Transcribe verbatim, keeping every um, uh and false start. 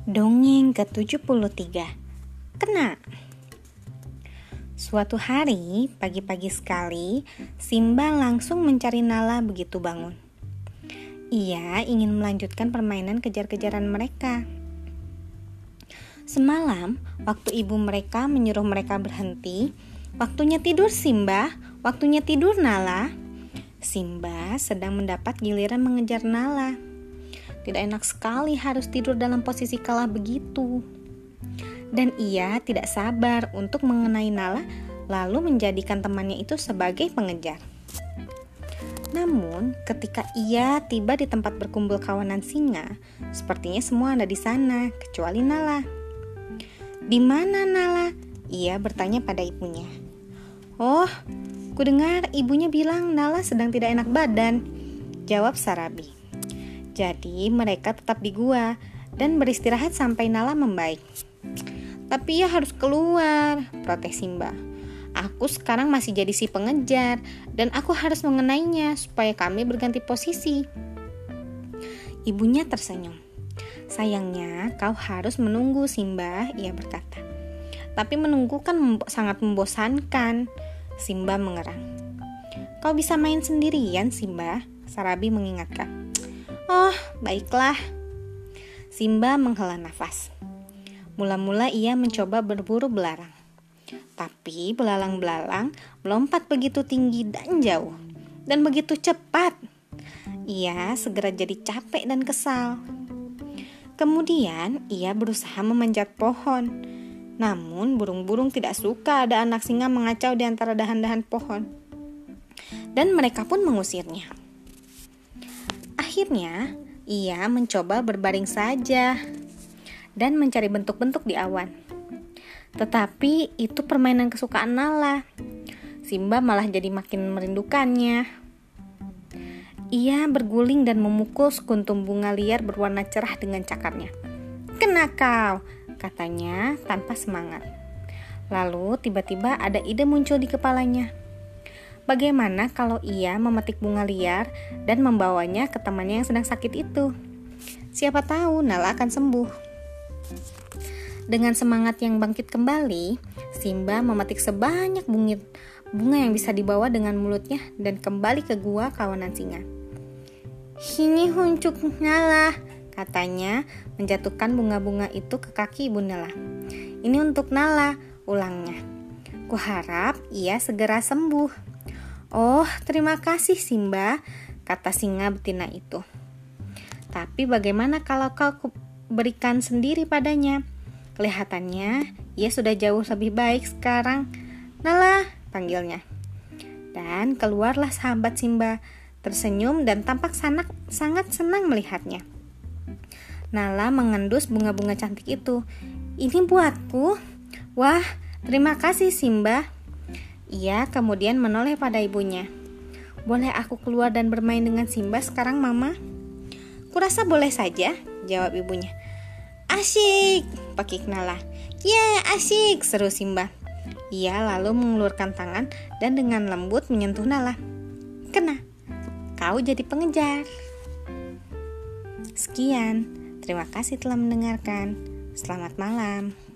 Dongeng ke tujuh puluh tiga. Kena. Suatu hari, pagi-pagi sekali, Simba langsung mencari Nala begitu bangun. Ia ingin melanjutkan permainan kejar-kejaran mereka. Semalam, waktu ibu mereka menyuruh mereka berhenti, waktunya tidur Simba, waktunya tidur Nala. Simba sedang mendapat giliran mengejar Nala. Tidak enak sekali harus tidur dalam posisi kalah begitu. Dan ia tidak sabar untuk mengenai Nala lalu menjadikan temannya itu sebagai pengejar. Namun ketika ia tiba di tempat berkumpul kawanan singa, sepertinya semua ada di sana kecuali Nala. "Di mana Nala?" ia bertanya pada ibunya. "Oh, kudengar ibunya bilang Nala sedang tidak enak badan," jawab Sarabi. Jadi mereka tetap di gua dan beristirahat sampai Nala membaik. "Tapi ia harus keluar," protes Simba. "Aku sekarang masih jadi si pengejar dan aku harus mengenainya supaya kami berganti posisi." Ibunya tersenyum. "Sayangnya kau harus menunggu Simba," ia berkata. "Tapi menunggu kan membo- sangat membosankan." Simba mengerang. "Kau bisa main sendirian Simba," Sarabi mengingatkan. "Oh, baiklah." Simba menghela nafas. Mula-mula ia mencoba berburu belarang. Tapi belalang-belalang melompat begitu tinggi dan jauh, dan begitu cepat. Ia segera jadi capek dan kesal. Kemudian ia berusaha memanjat pohon. Namun burung-burung tidak suka ada anak singa mengacau di antara dahan-dahan pohon. Dan mereka pun mengusirnya. Akhirnya, ia mencoba berbaring saja dan mencari bentuk-bentuk di awan. Tetapi itu permainan kesukaan Nala. Simba malah jadi makin merindukannya. Ia berguling dan memukul sekuntum bunga liar berwarna cerah dengan cakarnya. "Kena kau," katanya tanpa semangat. Lalu tiba-tiba ada ide muncul di kepalanya. Bagaimana kalau ia memetik bunga liar dan membawanya ke temannya yang sedang sakit itu? Siapa tahu Nala akan sembuh. Dengan semangat yang bangkit kembali, Simba memetik sebanyak bungit bunga yang bisa dibawa dengan mulutnya dan kembali ke gua kawanan singa. "Ini untuk Nala," katanya menjatuhkan bunga-bunga itu ke kaki ibu Nala. "Ini untuk Nala," ulangnya. "Kuharap ia segera sembuh." "Oh, terima kasih Simba," kata singa betina itu. "Tapi bagaimana kalau kau berikan sendiri padanya? Kelihatannya ia sudah jauh lebih baik sekarang." "Nala," panggilnya. Dan keluarlah sahabat Simba, tersenyum dan tampak sanak, sangat senang melihatnya. Nala mengendus bunga-bunga cantik itu. "Ini buatku." "Wah, terima kasih Simba." Ia kemudian menoleh pada ibunya. "Boleh aku keluar dan bermain dengan Simba sekarang, Mama?" "Kurasa boleh saja," jawab ibunya. "Asyik," pakik Nala. "Ye, asyik," seru Simba. Ia lalu mengulurkan tangan dan dengan lembut menyentuh Nala. "Kena, kau jadi pengejar." Sekian, terima kasih telah mendengarkan. Selamat malam.